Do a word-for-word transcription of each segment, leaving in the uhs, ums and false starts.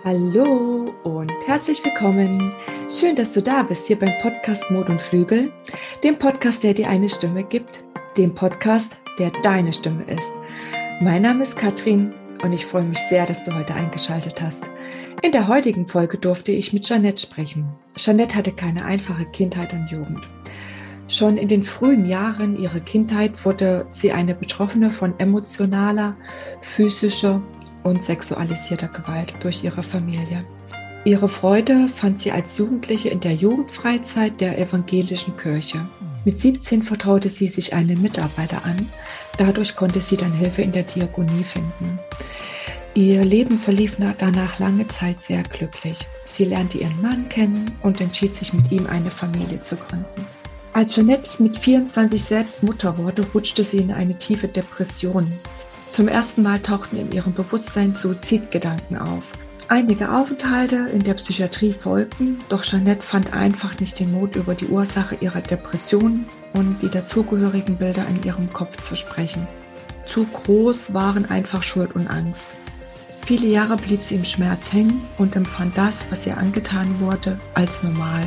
Hallo und herzlich willkommen. Schön, dass du da bist, hier beim Podcast Mut und Flügel, dem Podcast, der dir eine Stimme gibt, dem Podcast, der deine Stimme ist. Mein Name ist Katrin und ich freue mich sehr, dass du heute eingeschaltet hast. In der heutigen Folge durfte ich mit Jeanette sprechen. Jeanette hatte keine einfache Kindheit und Jugend. Schon in den frühen Jahren ihrer Kindheit wurde sie eine Betroffene von emotionaler, physischer und sexualisierter Gewalt durch ihre Familie. Ihre Freude fand sie als Jugendliche in der Jugendfreizeit der evangelischen Kirche. Mit siebzehn vertraute sie sich einen Mitarbeiter an. Dadurch konnte sie dann Hilfe in der Diakonie finden. Ihr Leben verlief danach lange Zeit sehr glücklich. Sie lernte ihren Mann kennen und entschied sich, mit ihm eine Familie zu gründen. Als Jeanette mit vierundzwanzig selbst Mutter wurde, rutschte sie in eine tiefe Depression. Zum ersten Mal tauchten in ihrem Bewusstsein Suizidgedanken auf. Einige Aufenthalte in der Psychiatrie folgten, doch Jeanette fand einfach nicht den Mut, über die Ursache ihrer Depression und die dazugehörigen Bilder in ihrem Kopf zu sprechen. Zu groß waren einfach Schuld und Angst. Viele Jahre blieb sie im Schmerz hängen und empfand das, was ihr angetan wurde, als normal.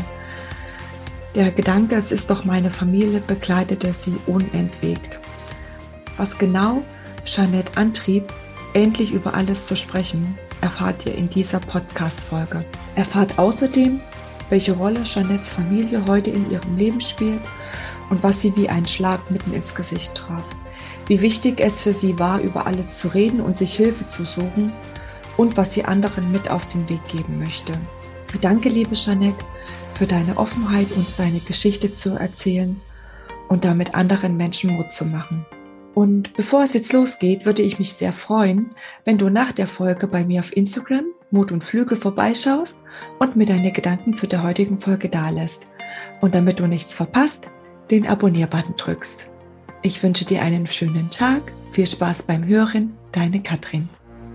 Der Gedanke, es ist doch meine Familie, begleitete sie unentwegt. Was genau Jeanette antrieb, endlich über alles zu sprechen, erfahrt ihr in dieser Podcast-Folge. Erfahrt außerdem, welche Rolle Jeanettes Familie heute in ihrem Leben spielt und was sie wie ein Schlag mitten ins Gesicht traf. Wie wichtig es für sie war, über alles zu reden und sich Hilfe zu suchen und was sie anderen mit auf den Weg geben möchte. Danke, liebe Jeanette, für deine Offenheit, uns deine Geschichte zu erzählen und damit anderen Menschen Mut zu machen. Und bevor es jetzt losgeht, würde ich mich sehr freuen, wenn du nach der Folge bei mir auf Instagram Mut und Flügel vorbeischaust und mir deine Gedanken zu der heutigen Folge dalässt. Und damit du nichts verpasst, den Abonnier-Button drückst. Ich wünsche dir einen schönen Tag, viel Spaß beim Hören, deine Katrin.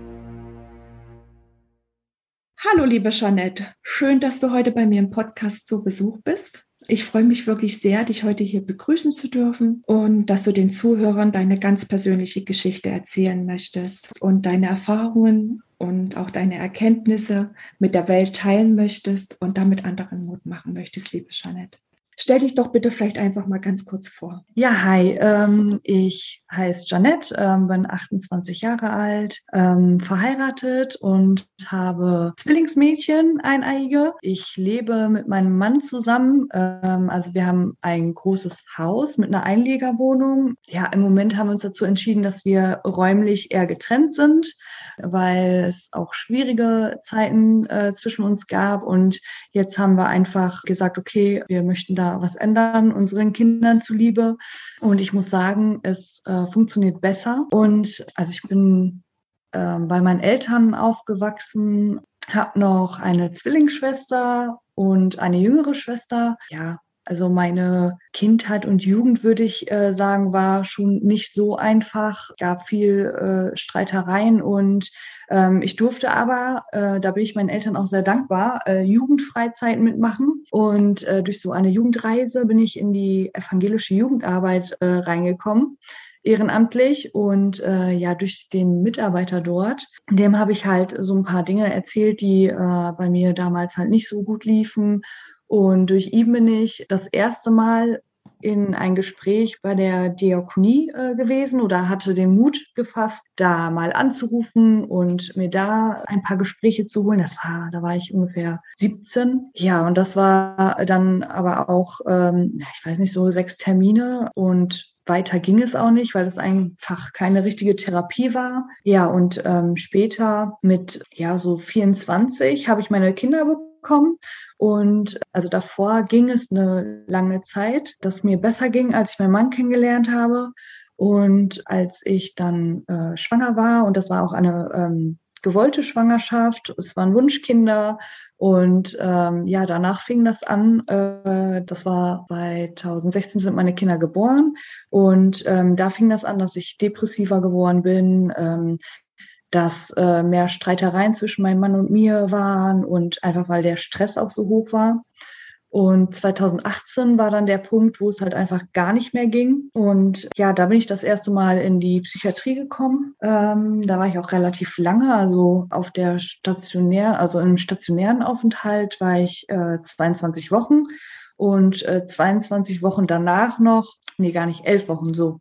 Hallo liebe Jeanette, schön, dass du heute bei mir im Podcast zu Besuch bist. Ich freue mich wirklich sehr, dich heute hier begrüßen zu dürfen und dass du den Zuhörern deine ganz persönliche Geschichte erzählen möchtest und deine Erfahrungen und auch deine Erkenntnisse mit der Welt teilen möchtest und damit anderen Mut machen möchtest, liebe Jeanette. Stell dich doch bitte vielleicht einfach mal ganz kurz vor. Ja, hi, ähm, ich heiße Jeanette, ähm, bin achtundzwanzig Jahre alt, ähm, verheiratet und habe Zwillingsmädchen, eineiige. Ich lebe mit meinem Mann zusammen, ähm, also wir haben ein großes Haus mit einer Einliegerwohnung. Ja, im Moment haben wir uns dazu entschieden, dass wir räumlich eher getrennt sind, weil es auch schwierige Zeiten äh, zwischen uns gab und jetzt haben wir einfach gesagt, okay, wir möchten da was ändern, unseren Kindern zuliebe. Und ich muss sagen, es äh, funktioniert besser. Und also ich bin äh, bei meinen Eltern aufgewachsen, habe noch eine Zwillingsschwester und eine jüngere Schwester. Ja, also meine Kindheit und Jugend, würde ich äh, sagen, war schon nicht so einfach. Es gab viel äh, Streitereien und ähm, ich durfte aber, äh, da bin ich meinen Eltern auch sehr dankbar, äh, Jugendfreizeiten mitmachen. Und äh, durch so eine Jugendreise bin ich in die evangelische Jugendarbeit äh, reingekommen, ehrenamtlich. Und äh, ja, durch den Mitarbeiter dort, dem habe ich halt so ein paar Dinge erzählt, die äh, bei mir damals halt nicht so gut liefen. Und durch ihn bin ich das erste Mal in ein Gespräch bei der Diakonie äh, gewesen oder hatte den Mut gefasst, da mal anzurufen und mir da ein paar Gespräche zu holen. Das war, da war ich ungefähr siebzehn. Ja, und das war dann aber auch, ähm, ich weiß nicht, so sechs Termine und weiter ging es auch nicht, weil es einfach keine richtige Therapie war. Ja, und ähm, später mit ja so vierundzwanzig habe ich meine Kinder bekommen. Und also davor ging es eine lange Zeit, dass mir besser ging, als ich meinen Mann kennengelernt habe. Und als ich dann äh, schwanger war, und das war auch eine ähm, gewollte Schwangerschaft, es waren Wunschkinder. Und ähm, ja, danach fing das an. Äh, das war zweitausendsechzehn sind meine Kinder geboren. Und ähm, da fing das an, dass ich depressiver geworden bin, ähm, dass äh, mehr Streitereien zwischen meinem Mann und mir waren und einfach weil der Stress auch so hoch war. Und zweitausendachtzehn war dann der Punkt, wo es halt einfach gar nicht mehr ging. Und ja, da bin ich das erste Mal in die Psychiatrie gekommen. Ähm, da war ich auch relativ lange, also auf der stationären, also im stationären Aufenthalt war ich äh, zweiundzwanzig Wochen und äh, zweiundzwanzig Wochen danach noch, nee, gar nicht, elf Wochen so.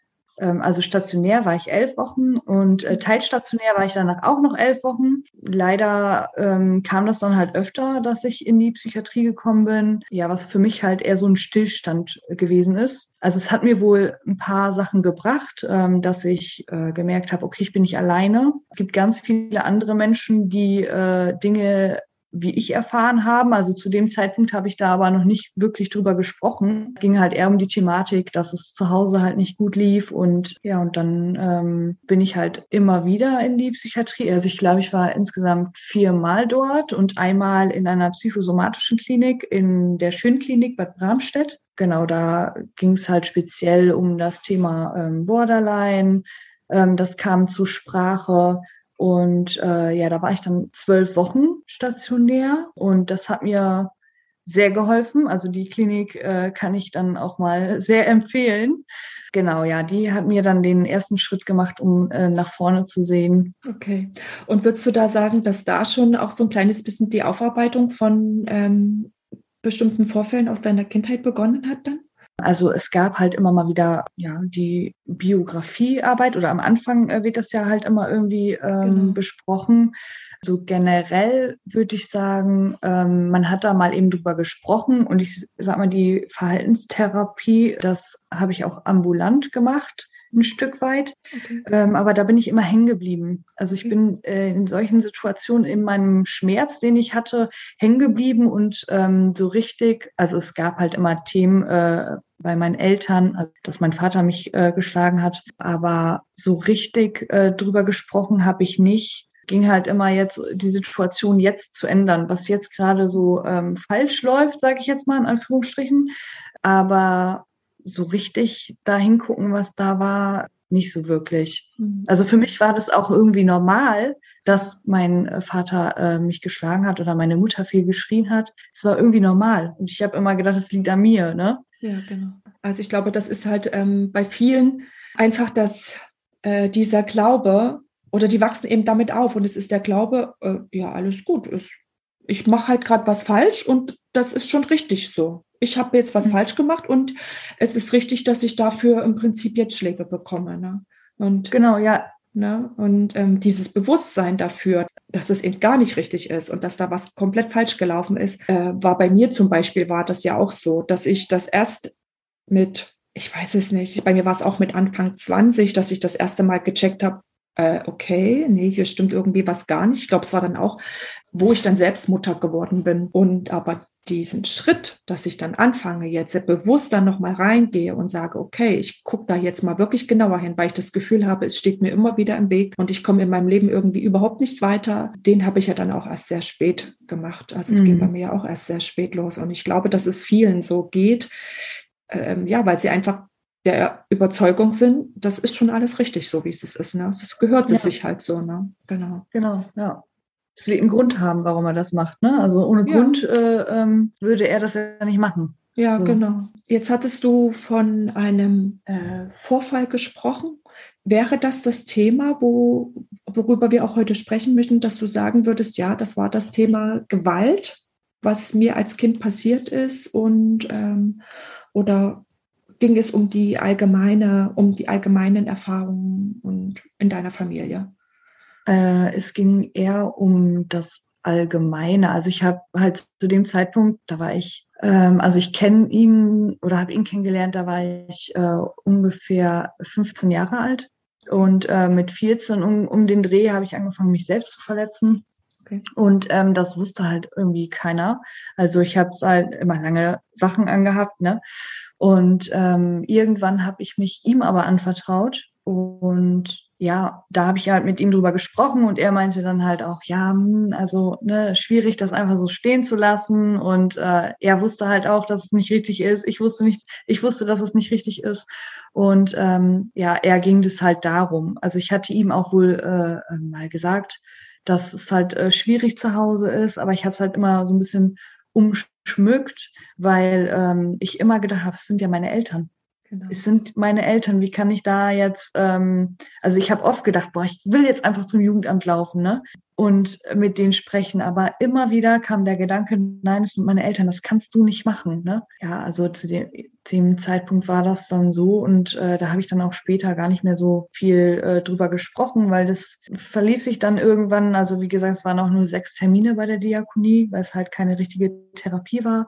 Also stationär war ich elf Wochen und äh, teilstationär war ich danach auch noch elf Wochen. Leider ähm, kam das dann halt öfter, dass ich in die Psychiatrie gekommen bin. Ja, was für mich halt eher so ein Stillstand gewesen ist. Also es hat mir wohl ein paar Sachen gebracht, ähm, dass ich äh, gemerkt habe, okay, ich bin nicht alleine. Es gibt ganz viele andere Menschen, die äh, Dinge wie ich erfahren haben. Also zu dem Zeitpunkt habe ich da aber noch nicht wirklich drüber gesprochen. Es ging halt eher um die Thematik, dass es zu Hause halt nicht gut lief. Und ja, und dann ähm, bin ich halt immer wieder in die Psychiatrie. Also ich glaube, ich war insgesamt viermal dort und einmal in einer psychosomatischen Klinik in der Schönklinik Bad Bramstedt. Genau, da ging es halt speziell um das Thema ähm, Borderline. Ähm, das kam zur Sprache. Und äh, ja, da war ich dann zwölf Wochen stationär und das hat mir sehr geholfen. Also die Klinik äh, kann ich dann auch mal sehr empfehlen. Genau, ja, die hat mir dann den ersten Schritt gemacht, um äh, nach vorne zu sehen. Okay. Und würdest du da sagen, dass da schon auch so ein kleines bisschen die Aufarbeitung von ähm, bestimmten Vorfällen aus deiner Kindheit begonnen hat dann? Also es gab halt immer mal wieder ja die Biografiearbeit oder am Anfang äh, wird das ja halt immer irgendwie ähm, Genau. besprochen. So also generell würde ich sagen, ähm, man hat da mal eben drüber gesprochen und ich sag mal, die Verhaltenstherapie, das habe ich auch ambulant gemacht, ein Stück weit. Okay. Ähm, aber da bin ich immer hängen geblieben. Also ich Okay. bin äh, in solchen Situationen in meinem Schmerz, den ich hatte, hängen geblieben und ähm, so richtig, also es gab halt immer Themen äh, bei meinen Eltern, also dass mein Vater mich äh, geschlagen hat, aber so richtig äh, drüber gesprochen habe ich nicht. Ging halt immer jetzt, die Situation jetzt zu ändern, was jetzt gerade so ähm, falsch läuft, sage ich jetzt mal in Anführungsstrichen. Aber so richtig da hingucken, was da war, nicht so wirklich. Mhm. Also für mich war das auch irgendwie normal, dass mein Vater äh, mich geschlagen hat oder meine Mutter viel geschrien hat. Es war irgendwie normal. Und ich habe immer gedacht, es liegt an mir, ne? Ja, genau. Also ich glaube, das ist halt ähm, bei vielen einfach, dass äh, dieser Glaube, oder die wachsen eben damit auf und es ist der Glaube, äh, ja, alles gut, ist, ich mache halt gerade was falsch und das ist schon richtig so. Ich habe jetzt was Mhm. falsch gemacht und es ist richtig, dass ich dafür im Prinzip jetzt Schläge bekomme. Ne? Und, Genau, ja. ne? Und ähm, dieses Bewusstsein dafür, dass es eben gar nicht richtig ist und dass da was komplett falsch gelaufen ist, äh, war bei mir zum Beispiel, war das ja auch so, dass ich das erst mit, ich weiß es nicht, bei mir war es auch mit Anfang zwanzig, dass ich das erste Mal gecheckt habe, äh, okay, nee, hier stimmt irgendwie was gar nicht. Ich glaube, es war dann auch, wo ich dann selbst Mutter geworden bin. Und aber diesen Schritt, dass ich dann anfange, jetzt bewusst dann nochmal reingehe und sage, okay, ich gucke da jetzt mal wirklich genauer hin, weil ich das Gefühl habe, es steht mir immer wieder im Weg und ich komme in meinem Leben irgendwie überhaupt nicht weiter. Den habe ich ja dann auch erst sehr spät gemacht. Also es Mhm. ging bei mir ja auch erst sehr spät los. Und ich glaube, dass es vielen so geht, ähm, ja, weil sie einfach der Überzeugung sind, das ist schon alles richtig, so wie es ist. Ne? Das gehört es Ja. sich halt so, ne? Genau. Genau, ja. Es wird einen Grund haben, warum er das macht, ne? Also ohne Ja. Grund äh, ähm, würde er das ja nicht machen. Ja, So. genau. Jetzt hattest du von einem äh, Vorfall gesprochen. Wäre das das Thema, wo, worüber wir auch heute sprechen möchten, dass du sagen würdest, ja, das war das Thema Gewalt, was mir als Kind passiert ist und ähm, oder ging es um die allgemeine, um die allgemeinen Erfahrungen und in deiner Familie? Äh, es ging eher um das Allgemeine. Also ich habe halt zu dem Zeitpunkt, da war ich, ähm, also ich kenne ihn oder habe ihn kennengelernt, da war ich äh, ungefähr fünfzehn Jahre alt. Und äh, mit vierzehn um, um den Dreh habe ich angefangen, mich selbst zu verletzen. Okay. Und ähm, das wusste halt irgendwie keiner. Also ich habe halt immer lange Sachen angehabt, ne? Und ähm, irgendwann habe ich mich ihm aber anvertraut. Und ja, da habe ich halt mit ihm drüber gesprochen und er meinte dann halt auch, ja, hm, also ne, schwierig, das einfach so stehen zu lassen. Und äh, er wusste halt auch, dass es nicht richtig ist. Ich wusste nicht, ich wusste, dass es nicht richtig ist. Und ähm, ja, er ging das halt darum. Also ich hatte ihm auch wohl äh, mal gesagt, dass es halt äh, schwierig zu Hause ist, aber ich habe es halt immer so ein bisschen umschmückt, weil ähm, ich immer gedacht habe, es sind ja meine Eltern. Genau. Es sind meine Eltern, wie kann ich da jetzt, ähm, also ich habe oft gedacht, boah, ich will jetzt einfach zum Jugendamt laufen, ne? Und mit denen sprechen, aber immer wieder kam der Gedanke, nein, es sind meine Eltern, das kannst du nicht machen, ne? Ja, also zu dem, zu dem Zeitpunkt war das dann so und äh, da habe ich dann auch später gar nicht mehr so viel äh, drüber gesprochen, weil das verlief sich dann irgendwann, also wie gesagt, es waren auch nur sechs Termine bei der Diakonie, weil es halt keine richtige Therapie war.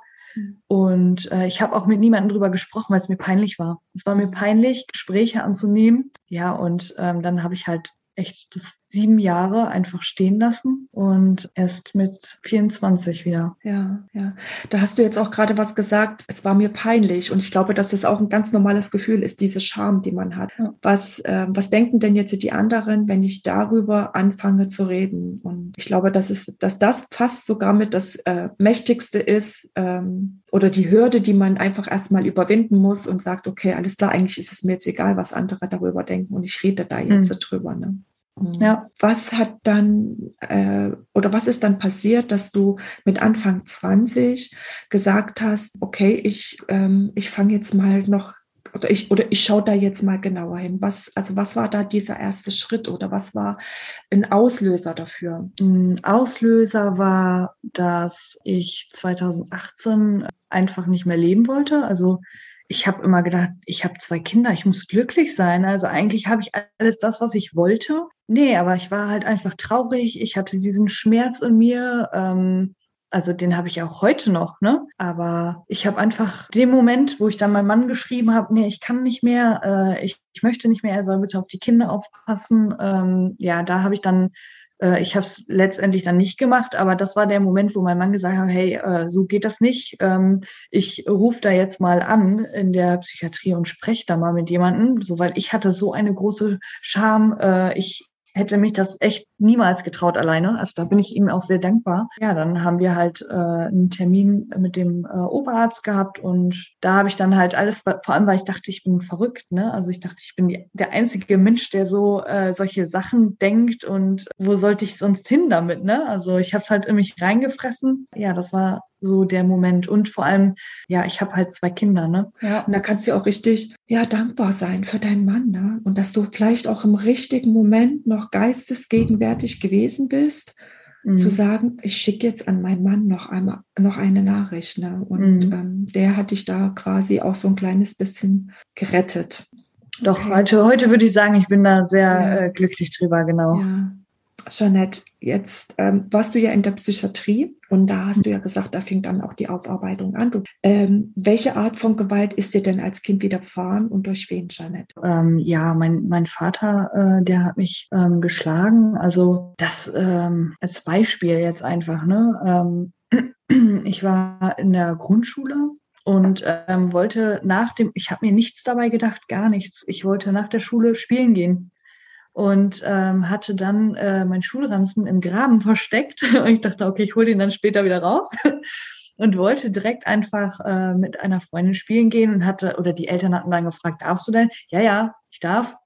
Und äh, ich habe auch mit niemandem drüber gesprochen, weil es mir peinlich war. Es war mir peinlich, Gespräche anzunehmen. Ja, und ähm, dann habe ich halt echt das sieben Jahre einfach stehen lassen und erst mit vierundzwanzig wieder. Ja, ja. Da hast du jetzt auch gerade was gesagt, es war mir peinlich und ich glaube, dass es auch ein ganz normales Gefühl ist, diese Scham, die man hat. Ja. Was, äh, was denken denn jetzt die anderen, wenn ich darüber anfange zu reden? Und ich glaube, dass, es, dass das fast sogar mit das äh, Mächtigste ist ähm, oder die Hürde, die man einfach erstmal überwinden muss und sagt, okay, alles klar, eigentlich ist es mir jetzt egal, was andere darüber denken und ich rede da jetzt mhm. drüber. Ne? Ja. Was hat dann äh, oder was ist dann passiert, dass du mit Anfang zwanzig gesagt hast, okay, ich, ähm, ich fange jetzt mal noch oder ich oder ich schaue da jetzt mal genauer hin. Was, also was war da dieser erste Schritt oder was war ein Auslöser dafür? Ein Auslöser war, dass ich zweitausendachtzehn einfach nicht mehr leben wollte. Also ich habe immer gedacht, ich habe zwei Kinder, ich muss glücklich sein. Also eigentlich habe ich alles das, was ich wollte. Nee, aber ich war halt einfach traurig. Ich hatte diesen Schmerz in mir. Ähm, also den habe ich auch heute noch, ne? Aber ich habe einfach den Moment, wo ich dann meinem Mann geschrieben habe, nee, ich kann nicht mehr, äh, ich, ich möchte nicht mehr, er soll bitte auf die Kinder aufpassen. Ähm, ja, da habe ich dann Ich habe es letztendlich dann nicht gemacht, aber das war der Moment, wo mein Mann gesagt hat, hey, äh, so geht das nicht. Ähm, ich rufe da jetzt mal an in der Psychiatrie und spreche da mal mit jemandem, so, weil ich hatte so eine große Scham. Äh, ich hätte mich das echt niemals getraut alleine. Also da bin ich ihm auch sehr dankbar. Ja, dann haben wir halt äh, einen Termin mit dem äh, Oberarzt gehabt und da habe ich dann halt alles, vor allem, weil ich dachte, ich bin verrückt, ne? Also ich dachte, ich bin die, der einzige Mensch, der so äh, solche Sachen denkt und wo sollte ich sonst hin damit, ne? Also ich habe es halt in mich reingefressen. Ja, das war so der Moment. Und vor allem, ja, ich habe halt zwei Kinder, ne? Ja, und da kannst du auch richtig, ja, dankbar sein für deinen Mann, ne? Und dass du vielleicht auch im richtigen Moment noch geistesgegenwärtig gewesen bist, mhm. zu sagen, ich schicke jetzt an meinen Mann noch einmal, noch eine Nachricht, ne? Und mhm. ähm, der hat dich da quasi auch so ein kleines bisschen gerettet. Doch, okay. heute, heute würde ich sagen, ich bin da sehr ja. äh, glücklich drüber, genau. Ja. Jeanette, jetzt ähm, warst du ja in der Psychiatrie und da hast du ja gesagt, da fing dann auch die Aufarbeitung an. Du, ähm, welche Art von Gewalt ist dir denn als Kind widerfahren und durch wen, Jeanette? Ähm, ja, mein, mein Vater, äh, der hat mich ähm, geschlagen. Also das ähm, als Beispiel jetzt einfach, ne? Ähm, ich war in der Grundschule und ähm, wollte nach dem, ich habe mir nichts dabei gedacht, gar nichts. Ich wollte nach der Schule spielen gehen. Und ähm, hatte dann äh, meinen Schulranzen im Graben versteckt. Und ich dachte, okay, ich hole den dann später wieder raus. Und wollte direkt einfach äh, mit einer Freundin spielen gehen und hatte, oder die Eltern hatten dann gefragt, darfst du denn? Ja, ja, ich darf.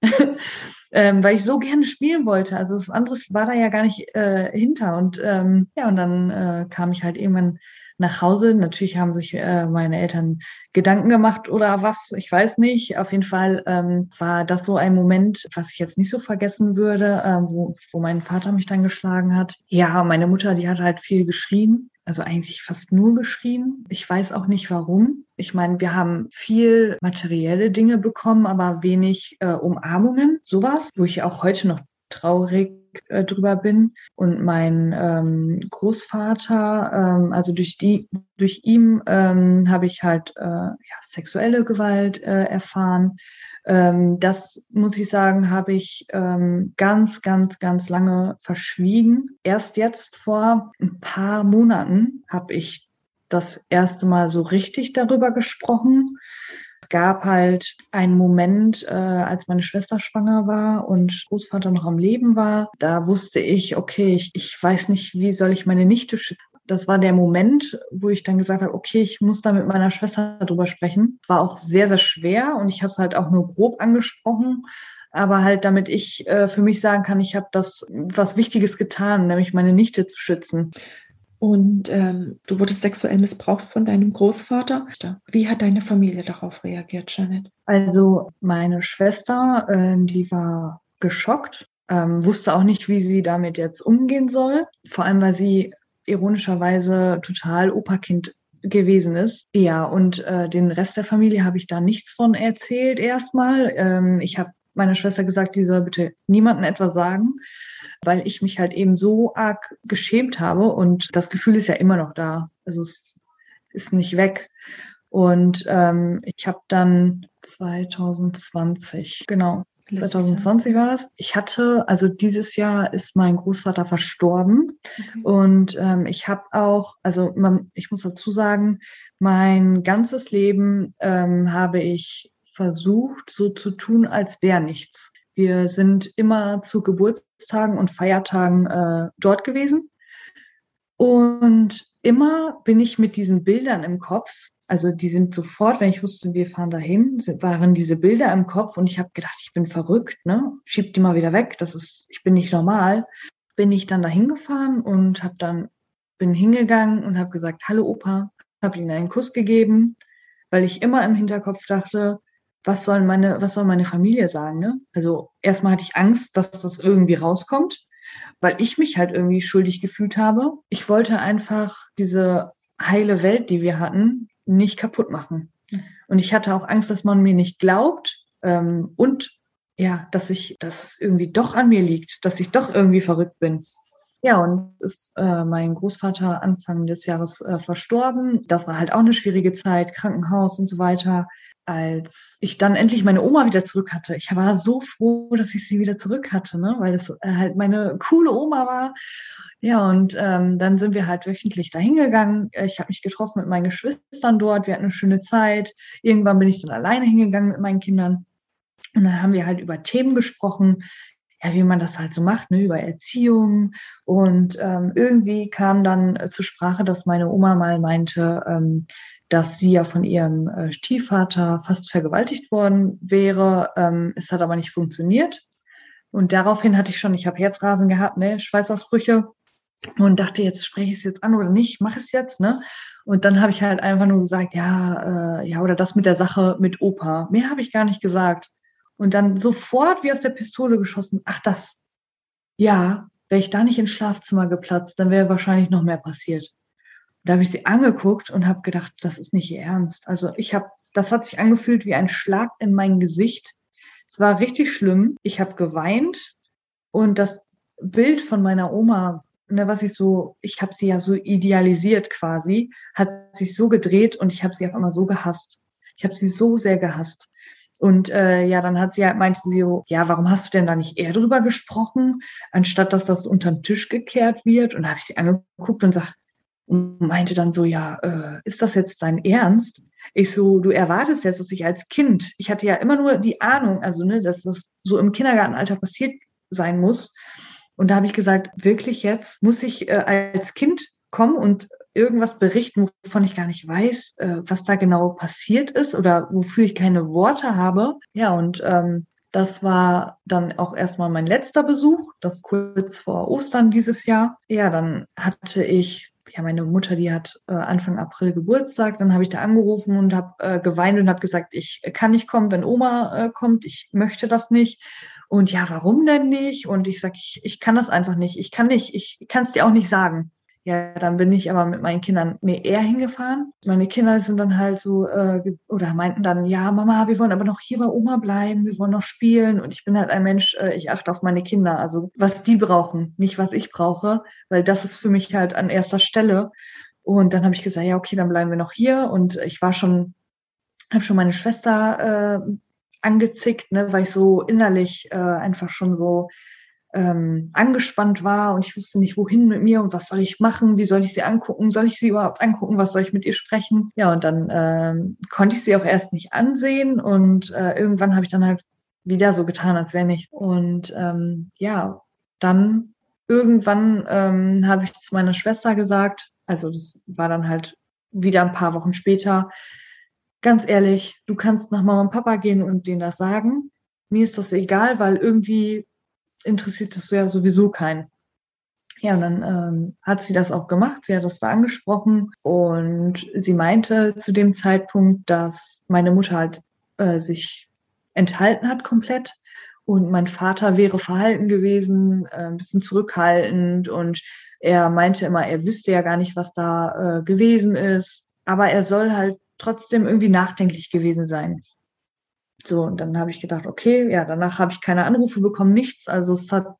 ähm, weil ich so gerne spielen wollte. Also das andere war da ja gar nicht äh, hinter. Und ähm, ja, und dann äh, kam ich halt irgendwann nach Hause. Natürlich haben sich äh, meine Eltern Gedanken gemacht oder was, ich weiß nicht. Auf jeden Fall ähm, war das so ein Moment, was ich jetzt nicht so vergessen würde, äh, wo, wo mein Vater mich dann geschlagen hat. Ja, meine Mutter, die hat halt viel geschrien. Also eigentlich fast nur geschrien. Ich weiß auch nicht warum. Ich meine, wir haben viel materielle Dinge bekommen, aber wenig äh, Umarmungen. Sowas, wo ich auch heute noch traurig äh, drüber bin. Und mein ähm, Großvater, ähm, also durch die, durch ihn ähm, habe ich halt äh, ja, sexuelle Gewalt äh, erfahren. Ähm, das, muss ich sagen, habe ich ähm, ganz, ganz, ganz lange verschwiegen. Erst jetzt vor ein paar Monaten habe ich das erste Mal so richtig darüber gesprochen. Es gab halt einen Moment, äh, als meine Schwester schwanger war und Großvater noch am Leben war. Da wusste ich, okay, ich, ich weiß nicht, wie soll ich meine Nichte schützen. Das war der Moment, wo ich dann gesagt habe, okay, ich muss da mit meiner Schwester drüber sprechen. Es war auch sehr, sehr schwer und ich habe es halt auch nur grob angesprochen. Aber halt, damit ich äh, für mich sagen kann, ich habe das was Wichtiges getan, nämlich meine Nichte zu schützen. Und ähm, du wurdest sexuell missbraucht von deinem Großvater. Wie hat deine Familie darauf reagiert, Janet? Also meine Schwester, äh, die war geschockt, ähm, wusste auch nicht, wie sie damit jetzt umgehen soll. Vor allem, weil sie ironischerweise total Operkind gewesen ist. Ja, und äh, den Rest der Familie habe ich da nichts von erzählt erstmal. Ähm, ich habe meiner Schwester gesagt, die soll bitte niemandem etwas sagen, weil ich mich halt eben so arg geschämt habe und das Gefühl ist ja immer noch da. Also es ist nicht weg. Und ähm, ich habe dann zwanzig zwanzig, genau, zwanzig zwanzig war das. Ich hatte, also dieses Jahr ist mein Großvater verstorben. Okay. Und ähm, ich habe auch, also man, ich muss dazu sagen, mein ganzes Leben ähm, habe ich versucht, so zu tun, als wäre nichts. Wir sind immer zu Geburtstagen und Feiertagen äh, dort gewesen. Und immer bin ich mit diesen Bildern im Kopf, also die sind sofort, wenn ich wusste, wir fahren dahin, sind, waren diese Bilder im Kopf und ich habe gedacht, ich bin verrückt, ne? Schieb die mal wieder weg, das ist, ich bin nicht normal. Bin ich dann dahin gefahren und habe dann, bin hingegangen und habe gesagt, hallo Opa, habe ihm einen Kuss gegeben, weil ich immer im Hinterkopf dachte, was soll meine, was soll meine Familie sagen, ne? Also erstmal hatte ich Angst, dass das irgendwie rauskommt, weil ich mich halt irgendwie schuldig gefühlt habe. Ich wollte einfach diese heile Welt, die wir hatten, nicht kaputt machen. Und ich hatte auch Angst, dass man mir nicht glaubt ähm, und ja, dass ich, dass es irgendwie doch an mir liegt, dass ich doch irgendwie verrückt bin. Ja, und ist äh, mein Großvater Anfang des Jahres äh, verstorben. Das war halt auch eine schwierige Zeit, Krankenhaus und so weiter. Als ich dann endlich meine Oma wieder zurück hatte, ich war so froh, dass ich sie wieder zurück hatte, ne? Weil es äh, halt meine coole Oma war. Ja, und ähm, dann sind wir halt wöchentlich dahin gegangen. Ich habe mich getroffen mit meinen Geschwistern dort. Wir hatten eine schöne Zeit. Irgendwann bin ich dann alleine hingegangen mit meinen Kindern. Und dann haben wir halt über Themen gesprochen, ja, wie man das halt so macht, ne, über Erziehung. Und ähm, irgendwie kam dann äh, zur Sprache, dass meine Oma mal meinte, ähm, dass sie ja von ihrem äh, Stiefvater fast vergewaltigt worden wäre. Ähm, es hat aber nicht funktioniert. Und daraufhin hatte ich schon, ich habe Herzrasen gehabt, ne, Schweißausbrüche und dachte, jetzt spreche ich es jetzt an oder nicht, mache es jetzt, ne? Und dann habe ich halt einfach nur gesagt, ja, äh, ja, oder das mit der Sache mit Opa. Mehr habe ich gar nicht gesagt. Und dann sofort wie aus der Pistole geschossen, ach das, ja, wäre ich da nicht ins Schlafzimmer geplatzt, dann wäre wahrscheinlich noch mehr passiert. Da habe ich sie angeguckt und habe gedacht, das ist nicht ihr Ernst. Also ich habe, das hat sich angefühlt wie ein Schlag in mein Gesicht. Es war richtig schlimm. Ich habe geweint und das Bild von meiner Oma, ne, was ich so, ich habe sie ja so idealisiert quasi, hat sich so gedreht und ich habe sie auf einmal so gehasst. Ich habe sie so sehr gehasst. Und äh, ja, dann hat sie halt, meinte sie so, ja, warum hast du denn da nicht eher drüber gesprochen, anstatt dass das unter den Tisch gekehrt wird? Und da habe ich sie angeguckt und sag, und meinte dann so, ja, äh, ist das jetzt dein Ernst? Ich so, du erwartest jetzt, dass ich als Kind, ich hatte ja immer nur die Ahnung, also ne, dass das so im Kindergartenalter passiert sein muss. Und da habe ich gesagt, wirklich jetzt muss ich äh, als Kind kommen und irgendwas berichten, wovon ich gar nicht weiß, äh, was da genau passiert ist oder wofür ich keine Worte habe. Ja, und ähm, das war dann auch erstmal mein letzter Besuch, das kurz vor Ostern dieses Jahr. Ja, dann hatte ich, ja, meine Mutter, die hat äh, Anfang April Geburtstag, dann habe ich da angerufen und habe äh, geweint und habe gesagt, ich kann nicht kommen, wenn Oma äh, kommt, ich möchte das nicht. Und ja, warum denn nicht? Und ich sage, ich, ich kann das einfach nicht, ich kann nicht, ich kann es dir auch nicht sagen. Ja, dann bin ich aber mit meinen Kindern mehr eher hingefahren. Meine Kinder sind dann halt so, äh, oder meinten dann, ja, Mama, wir wollen aber noch hier bei Oma bleiben, wir wollen noch spielen. Und ich bin halt ein Mensch, äh, ich achte auf meine Kinder, also was die brauchen, nicht was ich brauche, weil das ist für mich halt an erster Stelle. Und dann habe ich gesagt, ja, okay, dann bleiben wir noch hier. Und ich war schon, habe schon meine Schwester äh, angezickt, ne, weil ich so innerlich äh, einfach schon so ähm, angespannt war und ich wusste nicht, wohin mit mir und was soll ich machen, wie soll ich sie angucken, soll ich sie überhaupt angucken, was soll ich mit ihr sprechen? Ja, und dann ähm, konnte ich sie auch erst nicht ansehen und äh, irgendwann habe ich dann halt wieder so getan, als wäre nicht. Und ähm, ja, dann irgendwann ähm, habe ich zu meiner Schwester gesagt, also das war dann halt wieder ein paar Wochen später, ganz ehrlich, du kannst nach Mama und Papa gehen und denen das sagen. Mir ist das egal, weil irgendwie interessiert das ja sowieso keinen. Ja, und dann ähm, hat sie das auch gemacht, sie hat das da angesprochen und sie meinte zu dem Zeitpunkt, dass meine Mutter halt äh, sich enthalten hat komplett und mein Vater wäre verhalten gewesen, äh, ein bisschen zurückhaltend und er meinte immer, er wüsste ja gar nicht, was da äh, gewesen ist, aber er soll halt trotzdem irgendwie nachdenklich gewesen sein. So, und dann habe ich gedacht, okay, ja, danach habe ich keine Anrufe bekommen, nichts, also es hat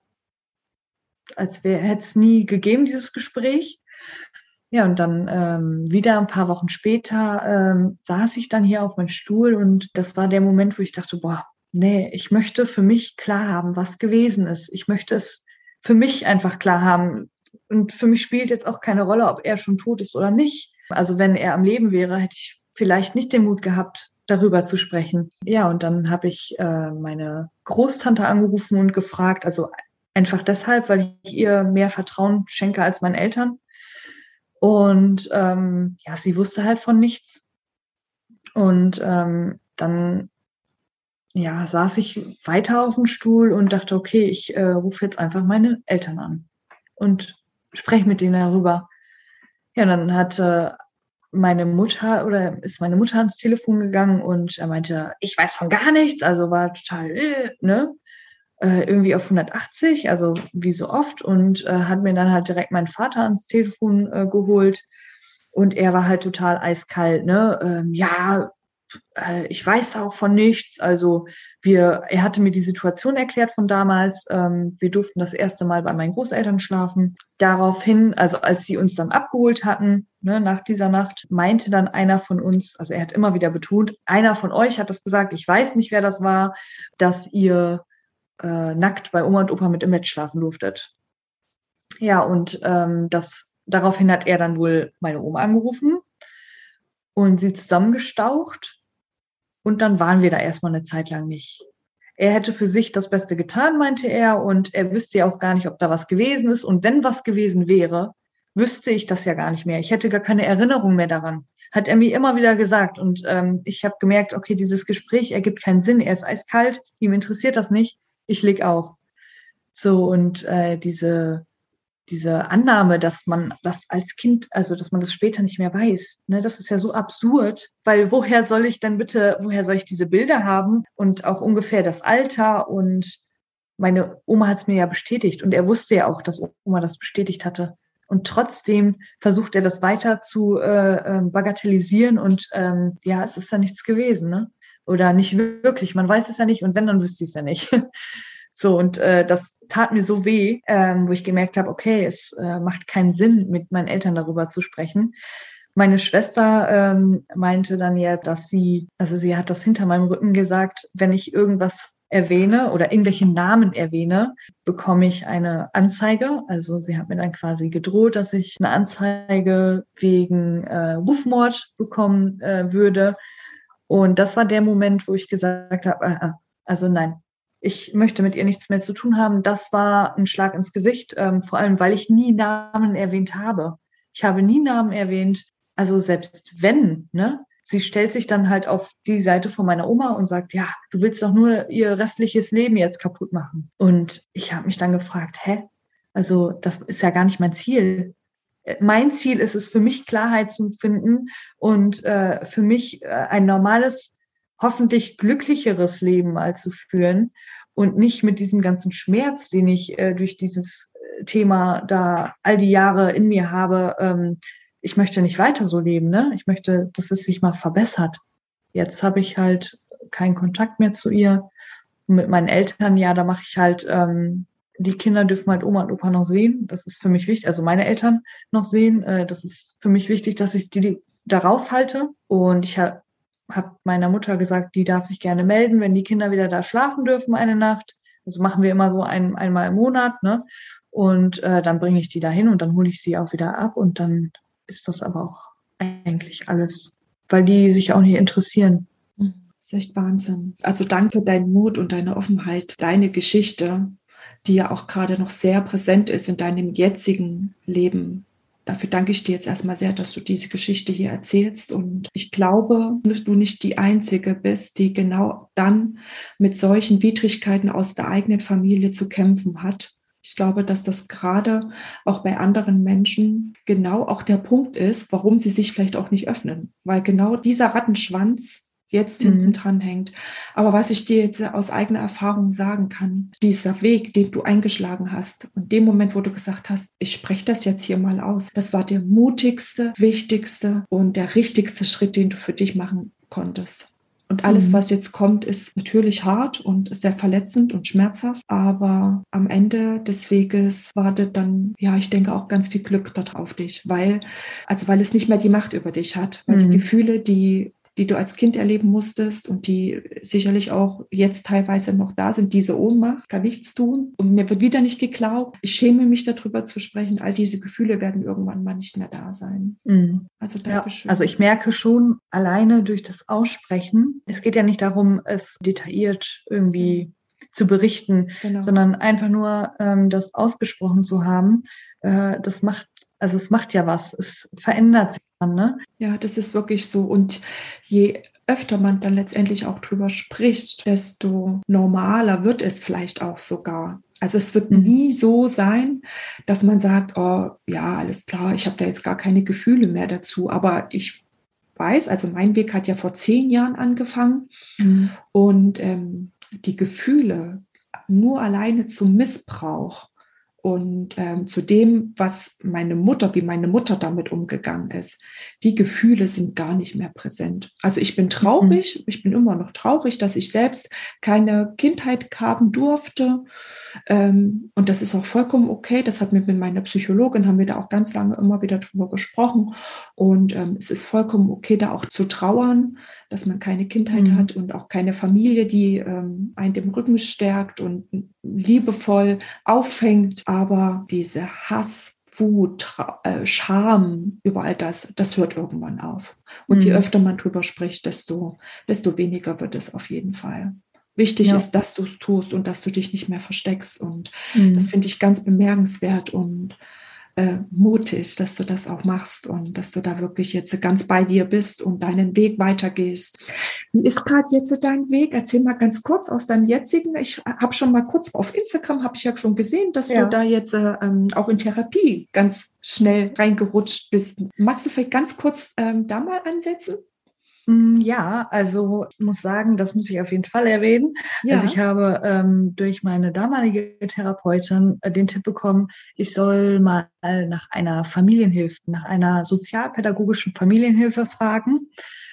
als wäre, hätte es nie gegeben, dieses Gespräch. Ja, und dann ähm, wieder ein paar Wochen später ähm, saß ich dann hier auf meinem Stuhl und das war der Moment, wo ich dachte, boah, nee, ich möchte für mich klar haben, was gewesen ist. Ich möchte es für mich einfach klar haben. Und für mich spielt jetzt auch keine Rolle, ob er schon tot ist oder nicht. Also wenn er am Leben wäre, hätte ich vielleicht nicht den Mut gehabt, darüber zu sprechen. Ja, und dann habe ich äh, meine Großtante angerufen und gefragt, also einfach deshalb, weil ich ihr mehr Vertrauen schenke als meinen Eltern. Und ähm, ja, sie wusste halt von nichts. Und ähm, dann ja, saß ich weiter auf dem Stuhl und dachte, okay, ich äh, rufe jetzt einfach meine Eltern an und spreche mit denen darüber. Ja, dann hatte meine Mutter oder ist meine Mutter ans Telefon gegangen und er meinte, ich weiß von gar nichts, also war total, äh, ne? irgendwie auf hundertachtzig, also wie so oft, und äh, hat mir dann halt direkt meinen Vater ans Telefon äh, geholt und er war halt total eiskalt, ne, ähm, ja, äh, ich weiß auch von nichts, also wir, er hatte mir die Situation erklärt von damals, ähm, wir durften das erste Mal bei meinen Großeltern schlafen, daraufhin, also als sie uns dann abgeholt hatten, ne, nach dieser Nacht, meinte dann einer von uns, also er hat immer wieder betont, einer von euch hat das gesagt, ich weiß nicht, wer das war, dass ihr Äh, nackt bei Oma und Opa mit im Bett schlafen durftet. Ja, und ähm, das, daraufhin hat er dann wohl meine Oma angerufen und sie zusammengestaucht und dann waren wir da erstmal eine Zeit lang nicht. Er hätte für sich das Beste getan, meinte er, und er wüsste ja auch gar nicht, ob da was gewesen ist. Und wenn was gewesen wäre, wüsste ich das ja gar nicht mehr. Ich hätte gar keine Erinnerung mehr daran. Hat er mir immer wieder gesagt. Und ähm, ich habe gemerkt, okay, dieses Gespräch ergibt keinen Sinn. Er ist eiskalt, ihm interessiert das nicht. Ich leg auf. So, und äh, diese, diese Annahme, dass man das als Kind, also dass man das später nicht mehr weiß, ne, das ist ja so absurd, weil woher soll ich denn bitte, woher soll ich diese Bilder haben und auch ungefähr das Alter, und meine Oma hat es mir ja bestätigt und er wusste ja auch, dass Oma das bestätigt hatte. Und trotzdem versucht er das weiter zu äh, bagatellisieren und ähm, ja, es ist ja nichts gewesen, ne? Oder nicht wirklich, man weiß es ja nicht und wenn, dann wüsste ich es ja nicht. So, und äh, das tat mir so weh, ähm, wo ich gemerkt habe, okay, es äh, macht keinen Sinn, mit meinen Eltern darüber zu sprechen. Meine Schwester ähm, meinte dann ja, dass sie, also sie hat das hinter meinem Rücken gesagt, wenn ich irgendwas erwähne oder irgendwelche Namen erwähne, bekomme ich eine Anzeige. Also sie hat mir dann quasi gedroht, dass ich eine Anzeige wegen äh, Rufmord bekommen äh, würde. Und das war der Moment, wo ich gesagt habe, äh, also nein, ich möchte mit ihr nichts mehr zu tun haben. Das war ein Schlag ins Gesicht, ähm, vor allem, weil ich nie Namen erwähnt habe. Ich habe nie Namen erwähnt. Also selbst wenn, ne? Sie stellt sich dann halt auf die Seite von meiner Oma und sagt, ja, du willst doch nur ihr restliches Leben jetzt kaputt machen. Und ich habe mich dann gefragt, hä? Also das ist ja gar nicht mein Ziel. Mein Ziel ist es, für mich Klarheit zu finden und äh, für mich äh, ein normales, hoffentlich glücklicheres Leben mal zu führen und nicht mit diesem ganzen Schmerz, den ich äh, durch dieses Thema da all die Jahre in mir habe. Ähm, ich möchte nicht weiter so leben, ne? Ich möchte, dass es sich mal verbessert. Jetzt habe ich halt keinen Kontakt mehr zu ihr. Und mit meinen Eltern, ja, da mache ich halt, ähm, die Kinder dürfen halt Oma und Opa noch sehen. Das ist für mich wichtig, also meine Eltern noch sehen. Äh, das ist für mich wichtig, dass ich die, die da raushalte. Und ich habe hab meiner Mutter gesagt, die darf sich gerne melden, wenn die Kinder wieder da schlafen dürfen eine Nacht. Also machen wir immer so ein, einmal im Monat, ne? Und äh, dann bringe ich die da hin und dann hole ich sie auch wieder ab. Und dann ist das aber auch eigentlich alles, weil die sich auch nicht interessieren. Das ist echt Wahnsinn. Also danke für deinen Mut und deine Offenheit, deine Geschichte, die ja auch gerade noch sehr präsent ist in deinem jetzigen Leben. Dafür danke ich dir jetzt erstmal sehr, dass du diese Geschichte hier erzählst. Und ich glaube, dass du nicht die Einzige bist, die genau dann mit solchen Widrigkeiten aus der eigenen Familie zu kämpfen hat. Ich glaube, dass das gerade auch bei anderen Menschen genau auch der Punkt ist, warum sie sich vielleicht auch nicht öffnen, weil genau dieser Rattenschwanz jetzt hinten Mhm. dran hängt. Aber was ich dir jetzt aus eigener Erfahrung sagen kann, dieser Weg, den du eingeschlagen hast, in dem Moment, wo du gesagt hast, ich spreche das jetzt hier mal aus, das war der mutigste, wichtigste und der richtigste Schritt, den du für dich machen konntest. Und alles, Mhm. was jetzt kommt, ist natürlich hart und sehr verletzend und schmerzhaft. Aber am Ende des Weges wartet dann, ja, ich denke auch ganz viel Glück dort auf dich, weil, also weil es nicht mehr die Macht über dich hat, weil Mhm. die Gefühle, die die du als Kind erleben musstest und die sicherlich auch jetzt teilweise noch da sind, diese Ohnmacht, kann nichts tun und mir wird wieder nicht geglaubt. Ich schäme mich darüber zu sprechen. All diese Gefühle werden irgendwann mal nicht mehr da sein. Mhm. Also Ja, Dankeschön. also ich merke schon alleine durch das Aussprechen, es geht ja nicht darum, es detailliert irgendwie zu berichten, Genau. sondern einfach nur ähm, das ausgesprochen zu haben, äh, das macht, also es macht ja was, es verändert sich dann, ne? Ja, das ist wirklich so. Und je öfter man dann letztendlich auch drüber spricht, desto normaler wird es vielleicht auch sogar. Also es wird Mhm. nie so sein, dass man sagt, oh ja, alles klar, ich habe da jetzt gar keine Gefühle mehr dazu. Aber ich weiß, also mein Weg hat ja vor zehn Jahren angefangen. Mhm. Und ähm, die Gefühle nur alleine zum Missbrauch und ähm, zu dem, was meine Mutter, wie meine Mutter damit umgegangen ist, die Gefühle sind gar nicht mehr präsent. Also ich bin traurig, mhm. ich bin immer noch traurig, dass ich selbst keine Kindheit haben durfte. Ähm, und das ist auch vollkommen okay. Das hat mir mit meiner Psychologin, haben wir da auch ganz lange immer wieder drüber gesprochen. Und ähm, es ist vollkommen okay, da auch zu trauern, dass man keine Kindheit mhm. hat und auch keine Familie, die ähm, einen den Rücken stärkt und liebevoll auffängt. Aber diese Hass, Wut, Tra- äh, Scham, überall das, das hört irgendwann auf. Und mhm. je öfter man drüber spricht, desto, desto weniger wird es auf jeden Fall. Wichtig Ja. ist, dass du es tust und dass du dich nicht mehr versteckst. Und mhm. das finde ich ganz bemerkenswert und äh, mutig, dass du das auch machst und dass du da wirklich jetzt ganz bei dir bist und deinen Weg weitergehst. Wie ist gerade jetzt dein Weg? Erzähl mal ganz kurz aus deinem jetzigen. Ich habe schon mal kurz auf Instagram, habe ich ja schon gesehen, dass ja. du da jetzt äh, auch in Therapie ganz schnell reingerutscht bist. Magst du vielleicht ganz kurz ähm, da mal ansetzen? Ja, also ich muss sagen, das muss ich auf jeden Fall erwähnen. Ja. Also ich habe ähm, durch meine damalige Therapeutin äh, den Tipp bekommen, ich soll mal nach einer Familienhilfe, nach einer sozialpädagogischen Familienhilfe fragen.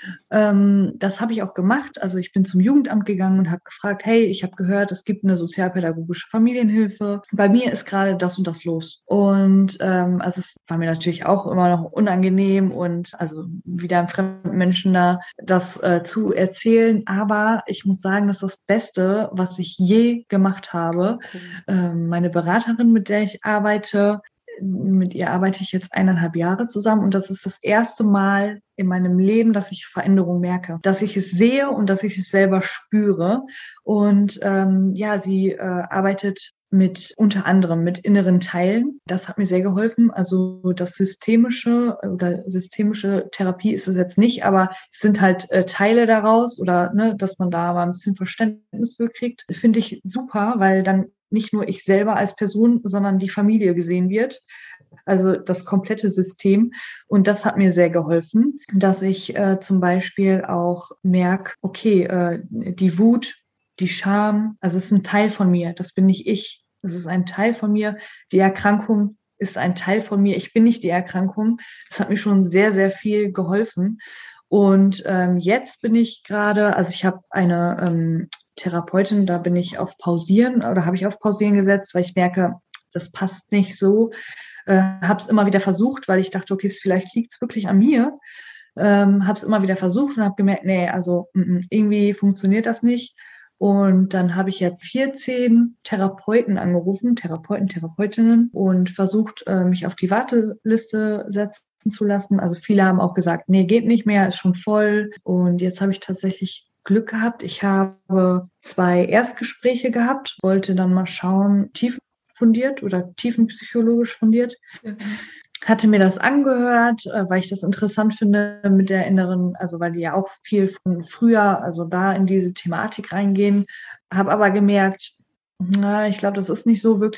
Ähm, das habe ich auch gemacht. Also ich bin zum Jugendamt gegangen und habe gefragt, hey, ich habe gehört, es gibt eine sozialpädagogische Familienhilfe. Bei mir ist gerade das und das los. Und ähm, also es war mir natürlich auch immer noch unangenehm und also wieder einem fremden Menschen da das äh, zu erzählen. Aber ich muss sagen, das ist das Beste, was ich je gemacht habe. Okay. Ähm, meine Beraterin, mit der ich arbeite, mit ihr arbeite ich jetzt eineinhalb Jahre zusammen und das ist das erste Mal in meinem Leben, dass ich Veränderung merke, dass ich es sehe und dass ich es selber spüre. Und ähm, ja, sie äh, arbeitet mit unter anderem mit inneren Teilen. Das hat mir sehr geholfen. Also das systemische oder systemische Therapie ist es jetzt nicht, aber es sind halt äh, Teile daraus oder ne, dass man da mal ein bisschen Verständnis für kriegt, finde ich super, weil dann nicht nur ich selber als Person, sondern die Familie gesehen wird. Also das komplette System. Und das hat mir sehr geholfen, dass ich äh, zum Beispiel auch merke, okay, äh, die Wut, die Scham, also es ist ein Teil von mir, das bin nicht ich. Das ist ein Teil von mir. Die Erkrankung ist ein Teil von mir. Ich bin nicht die Erkrankung. Das hat mir schon sehr, sehr viel geholfen. Und ähm, jetzt bin ich gerade, also ich habe eine ähm, Therapeutin, da bin ich auf Pausieren oder habe ich auf Pausieren gesetzt, weil ich merke, das passt nicht so. Äh, habe es immer wieder versucht, weil ich dachte, okay, vielleicht liegt es wirklich an mir. Ähm, habe es immer wieder versucht und habe gemerkt, nee, also m-m, irgendwie funktioniert das nicht. Und dann habe ich jetzt vierzehn Therapeuten angerufen, Therapeuten, Therapeutinnen und versucht, äh, mich auf die Warteliste setzen zu lassen. Also viele haben auch gesagt, nee, geht nicht mehr, ist schon voll. Und jetzt habe ich tatsächlich Glück gehabt. Ich habe zwei Erstgespräche gehabt, wollte dann mal schauen, tiefenfundiert oder tiefenpsychologisch fundiert. Mhm. Hatte mir das angehört, weil ich das interessant finde mit der inneren, also weil die ja auch viel von früher, also da in diese Thematik reingehen. Habe aber gemerkt, na, ich glaube, das ist nicht so wirklich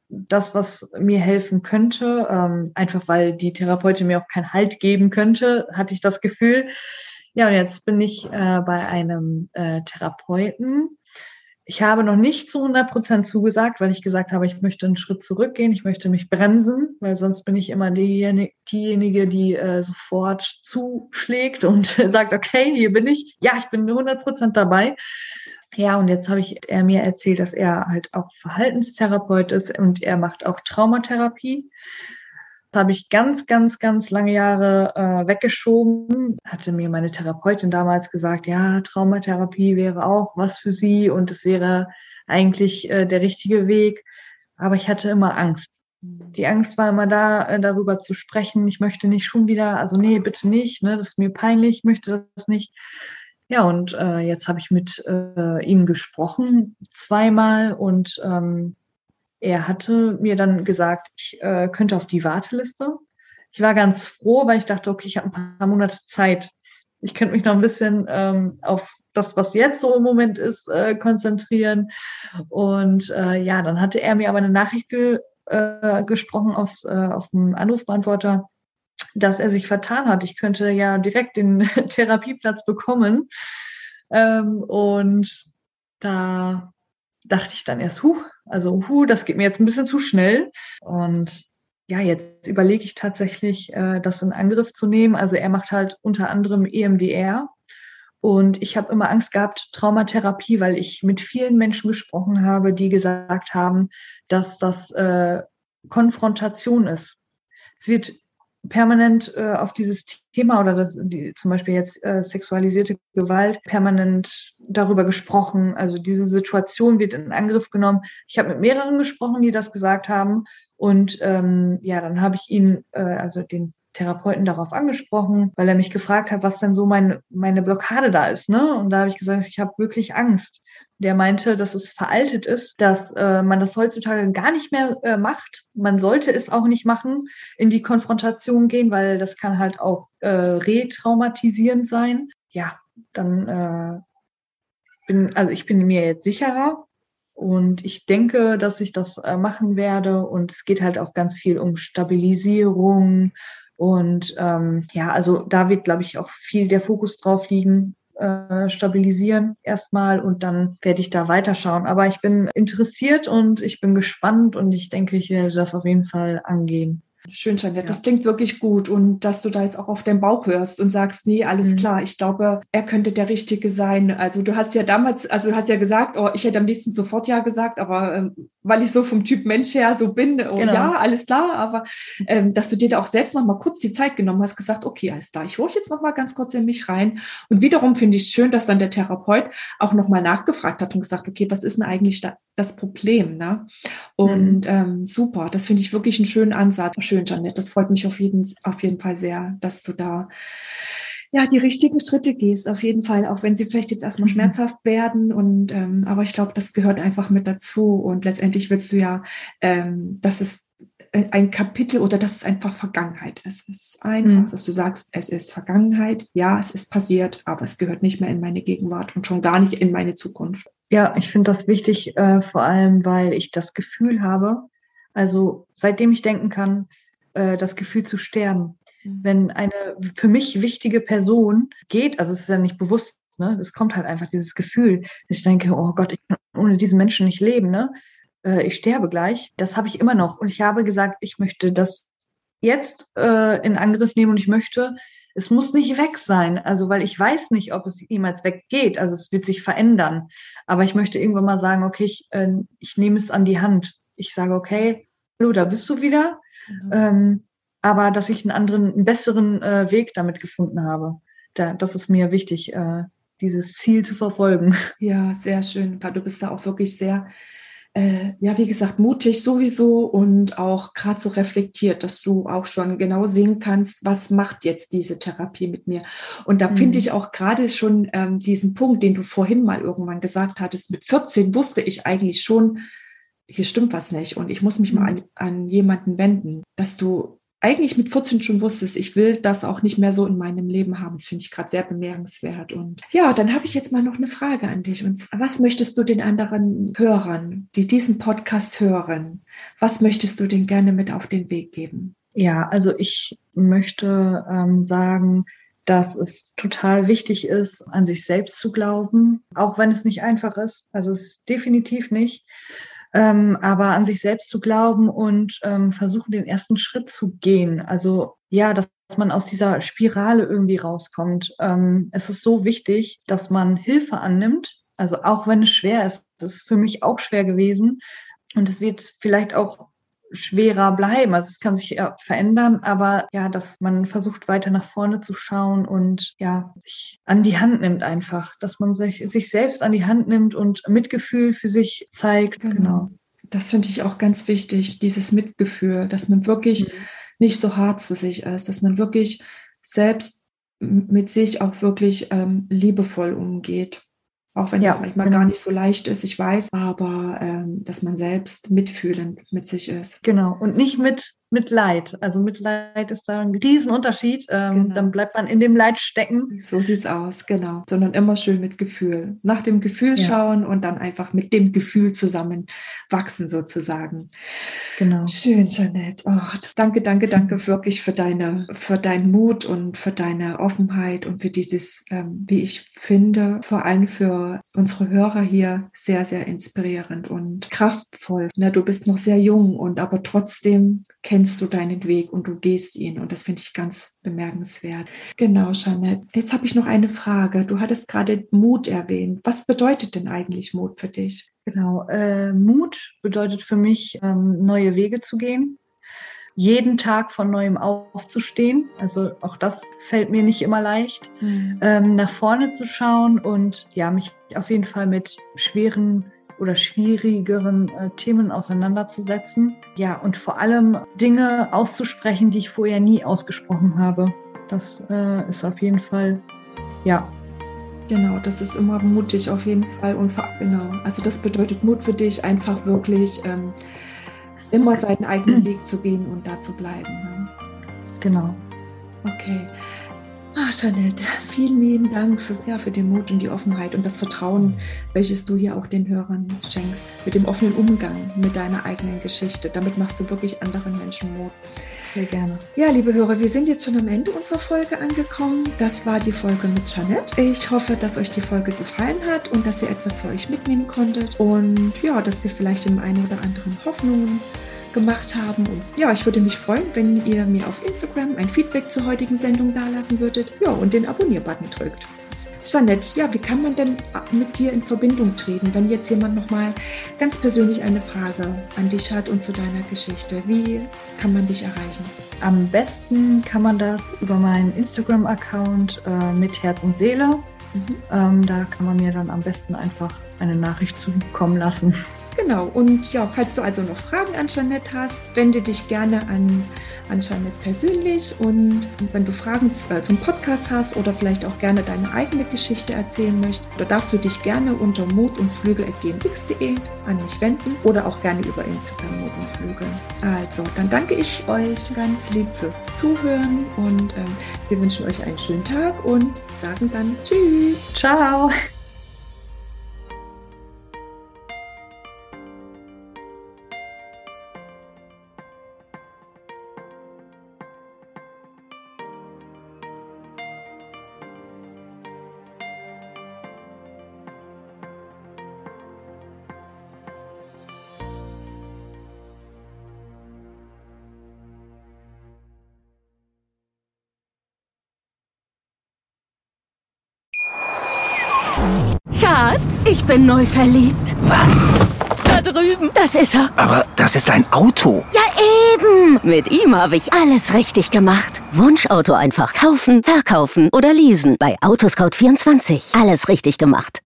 das, was mir helfen könnte, ähm, einfach weil die Therapeutin mir auch keinen Halt geben könnte, hatte ich das Gefühl. Ja, und jetzt bin ich äh, bei einem äh, Therapeuten. Ich habe noch nicht zu hundert Prozent zugesagt, weil ich gesagt habe, ich möchte einen Schritt zurückgehen, ich möchte mich bremsen, weil sonst bin ich immer diejenige, diejenige die äh, sofort zuschlägt und sagt, okay, hier bin ich. Ja, ich bin hundert Prozent dabei. Ja, und jetzt habe ich er mir erzählt, dass er halt auch Verhaltenstherapeut ist und er macht auch Traumatherapie. Das habe ich ganz, ganz, ganz lange Jahre äh, weggeschoben. Hatte mir meine Therapeutin damals gesagt, ja, Traumatherapie wäre auch was für sie und es wäre eigentlich äh, der richtige Weg. Aber ich hatte immer Angst. Die Angst war immer da, äh, darüber zu sprechen. Ich möchte nicht schon wieder, also nee, bitte nicht, ne, das ist mir peinlich, ich möchte das nicht. Ja, und äh, jetzt habe ich mit äh, ihm gesprochen, zweimal, und ähm, er hatte mir dann gesagt, ich äh, könnte auf die Warteliste. Ich war ganz froh, weil ich dachte, okay, ich habe ein paar Monate Zeit. Ich könnte mich noch ein bisschen ähm, auf das, was jetzt so im Moment ist, äh, konzentrieren. Und äh, ja, dann hatte er mir aber eine Nachricht ge äh, gesprochen aus, äh, auf dem Anrufbeantworter, dass er sich vertan hat. Ich könnte ja direkt den Therapieplatz bekommen. Ähm, und da dachte ich dann erst, huh, also huh, das geht mir jetzt ein bisschen zu schnell. Und ja, jetzt überlege ich tatsächlich, äh, das in Angriff zu nehmen. Also er macht halt unter anderem E M D R. Und ich habe immer Angst gehabt, Traumatherapie, weil ich mit vielen Menschen gesprochen habe, die gesagt haben, dass das äh, Konfrontation ist. Es wird permanent äh, auf dieses Thema oder das, die, zum Beispiel jetzt äh, sexualisierte Gewalt, permanent darüber gesprochen. Also diese Situation wird in Angriff genommen. Ich habe mit mehreren gesprochen, die das gesagt haben. Und ähm, ja, dann habe ich ihn, äh, also den Therapeuten, darauf angesprochen, weil er mich gefragt hat, was denn so meine, meine Blockade da ist. Ne? Und da habe ich gesagt, ich habe wirklich Angst. Der meinte, dass es veraltet ist, dass äh, man das heutzutage gar nicht mehr äh, macht. Man sollte es auch nicht machen, in die Konfrontation gehen, weil das kann halt auch äh, retraumatisierend sein. Ja, dann äh, bin, also ich bin mir jetzt sicherer und ich denke, dass ich das äh, machen werde. Und es geht halt auch ganz viel um Stabilisierung. Und ähm, ja, also da wird, glaube ich, auch viel der Fokus drauf liegen. Äh, stabilisieren erstmal und dann werde ich da weiterschauen. Aber ich bin interessiert und ich bin gespannt und ich denke, ich werde das auf jeden Fall angehen. Schön, Jeanette, Ja. das klingt wirklich gut und dass du da jetzt auch auf deinen Bauch hörst und sagst, nee, alles mhm. klar, ich glaube, er könnte der Richtige sein. Also du hast ja damals, also du hast ja gesagt, oh, ich hätte am liebsten sofort ja gesagt, aber ähm, weil ich so vom Typ Mensch her so bin, oh, genau. ja, alles klar, aber ähm, dass du dir da auch selbst noch mal kurz die Zeit genommen hast, gesagt, okay, alles klar, ich hole jetzt noch mal ganz kurz in mich rein. Und wiederum finde ich es schön, dass dann der Therapeut auch noch mal nachgefragt hat und gesagt, okay, was ist denn eigentlich da das Problem, ne? Und mhm. ähm, super, das finde ich wirklich einen schönen Ansatz. Schön, Jeanette, das freut mich auf jeden, auf jeden Fall sehr, dass du da ja die richtigen Schritte gehst, auf jeden Fall, auch wenn sie vielleicht jetzt erstmal mhm. schmerzhaft werden. Und ähm, aber ich glaube, das gehört einfach mit dazu. Und letztendlich willst du ja, ähm, dass es ein Kapitel oder dass es einfach Vergangenheit ist. Es ist einfach, mhm. dass du sagst, es ist Vergangenheit, ja, es ist passiert, aber es gehört nicht mehr in meine Gegenwart und schon gar nicht in meine Zukunft. Ja, ich finde das wichtig, äh, vor allem, weil ich das Gefühl habe, also seitdem ich denken kann, äh, das Gefühl zu sterben. Mhm. Wenn eine für mich wichtige Person geht, also es ist ja nicht bewusst, ne, es kommt halt einfach dieses Gefühl, dass ich denke, oh Gott, ich kann ohne diesen Menschen nicht leben, ne? Äh, ich sterbe gleich. Das habe ich immer noch. Und ich habe gesagt, ich möchte das jetzt äh, in Angriff nehmen und ich möchte, es muss nicht weg sein, also weil ich weiß nicht, ob es jemals weggeht, also es wird sich verändern, aber ich möchte irgendwann mal sagen, okay, ich, äh, ich nehme es an die Hand. Ich sage, okay, hallo, da bist du wieder, mhm. ähm, aber dass ich einen anderen, einen besseren äh, Weg damit gefunden habe. Da, das ist mir wichtig, äh, dieses Ziel zu verfolgen. Ja, sehr schön. Du bist da auch wirklich sehr Äh, ja, wie gesagt, mutig sowieso und auch gerade so reflektiert, dass du auch schon genau sehen kannst, was macht jetzt diese Therapie mit mir. Und da mhm. finde ich auch gerade schon ähm, diesen Punkt, den du vorhin mal irgendwann gesagt hattest, mit vierzehn wusste ich eigentlich schon, hier stimmt was nicht und ich muss mich mhm. mal an, an jemanden wenden, dass du eigentlich mit vierzehn schon wusstest, ich will das auch nicht mehr so in meinem Leben haben. Das finde ich gerade sehr bemerkenswert. Und ja, dann habe ich jetzt mal noch eine Frage an dich. Und zwar, was möchtest du den anderen Hörern, die diesen Podcast hören, was möchtest du denen gerne mit auf den Weg geben? Ja, also ich möchte ähm, sagen, dass es total wichtig ist, an sich selbst zu glauben, auch wenn es nicht einfach ist. Also es ist definitiv nicht. Ähm, aber an sich selbst zu glauben und ähm, versuchen, den ersten Schritt zu gehen. Also ja, dass man aus dieser Spirale irgendwie rauskommt. Ähm, es ist so wichtig, dass man Hilfe annimmt. Also auch wenn es schwer ist. Das ist für mich auch schwer gewesen. Und es wird vielleicht auch schwerer bleiben. Also es kann sich ja verändern, aber ja, dass man versucht, weiter nach vorne zu schauen und ja, sich an die Hand nimmt einfach, dass man sich, sich selbst an die Hand nimmt und Mitgefühl für sich zeigt. Genau. Genau. Das finde ich auch ganz wichtig, dieses Mitgefühl, dass man wirklich mhm. nicht so hart zu sich ist, dass man wirklich selbst mit sich auch wirklich ähm, liebevoll umgeht. Auch wenn ja, das manchmal genau. gar nicht so leicht ist, ich weiß, aber ähm, dass man selbst mitfühlend mit sich ist. Genau, und nicht mit, mit Leid. Also mit Leid ist da ein Riesenunterschied. Ähm, genau. Dann bleibt man in dem Leid stecken. So sieht's aus, genau. Sondern immer schön mit Gefühl. Nach dem Gefühl ja. schauen und dann einfach mit dem Gefühl zusammen wachsen sozusagen. Genau. Schön, Jeanette. Oh, danke, danke, danke wirklich für deine, für deinen Mut und für deine Offenheit und für dieses, ähm, wie ich finde, vor allem für unsere Hörer hier sehr, sehr inspirierend und kraftvoll. Na, du bist noch sehr jung und aber trotzdem kennst du deinen Weg und du gehst ihn und das finde ich ganz bemerkenswert. Genau, Jeanette. Jetzt habe ich noch eine Frage. Du hattest gerade Mut erwähnt. Was bedeutet denn eigentlich Mut für dich? Genau, äh, Mut bedeutet für mich, ähm, neue Wege zu gehen. Jeden Tag von Neuem aufzustehen. Also auch das fällt mir nicht immer leicht, mhm. ähm, nach vorne zu schauen und ja, mich auf jeden Fall mit schweren oder schwierigeren äh, Themen auseinanderzusetzen. Ja, und vor allem Dinge auszusprechen, die ich vorher nie ausgesprochen habe. Das äh, ist auf jeden Fall, ja. Genau, das ist immer mutig auf jeden Fall. Und genau, also das bedeutet Mut für dich, einfach wirklich ähm, immer seinen eigenen Weg zu gehen und da zu bleiben. Ne? Genau. Okay. Ah, Jeanette, vielen lieben Dank für, ja, für den Mut und die Offenheit und das Vertrauen, welches du hier auch den Hörern schenkst, mit dem offenen Umgang mit deiner eigenen Geschichte. Damit machst du wirklich anderen Menschen Mut. Sehr gerne. Ja, liebe Hörer, wir sind jetzt schon am Ende unserer Folge angekommen. Das war die Folge mit Jeanette. Ich hoffe, dass euch die Folge gefallen hat und dass ihr etwas für euch mitnehmen konntet und ja, dass wir vielleicht dem einen oder anderen Hoffnungen gemacht haben. Und ja, ich würde mich freuen, wenn ihr mir auf Instagram ein Feedback zur heutigen Sendung dalassen würdet. Ja, und den Abonnier-Button drückt. Jeanette, ja, wie kann man denn mit dir in Verbindung treten, wenn jetzt jemand nochmal ganz persönlich eine Frage an dich hat und zu deiner Geschichte? Wie kann man dich erreichen? Am besten kann man das über meinen Instagram-Account äh, mit Herz und Seele. Mhm. Ähm, da kann man mir dann am besten einfach eine Nachricht zukommen lassen. Genau, und ja, falls du also noch Fragen an Jeanette hast, wende dich gerne an, an Jeanette persönlich und wenn du Fragen zum Podcast hast oder vielleicht auch gerne deine eigene Geschichte erzählen möchtest, da darfst du dich gerne unter mut und flügel at gmx punkt de an mich wenden oder auch gerne über Instagram Mut und Flügel. Also, dann danke ich euch ganz lieb fürs Zuhören und ähm, wir wünschen euch einen schönen Tag und sagen dann Tschüss. Ciao. Schatz, ich bin neu verliebt. Was? Da drüben. Das ist er. Aber das ist ein Auto. Ja, eben. Mit ihm habe ich alles richtig gemacht. Wunschauto einfach kaufen, verkaufen oder leasen. Bei Autoscout vierundzwanzig. Alles richtig gemacht.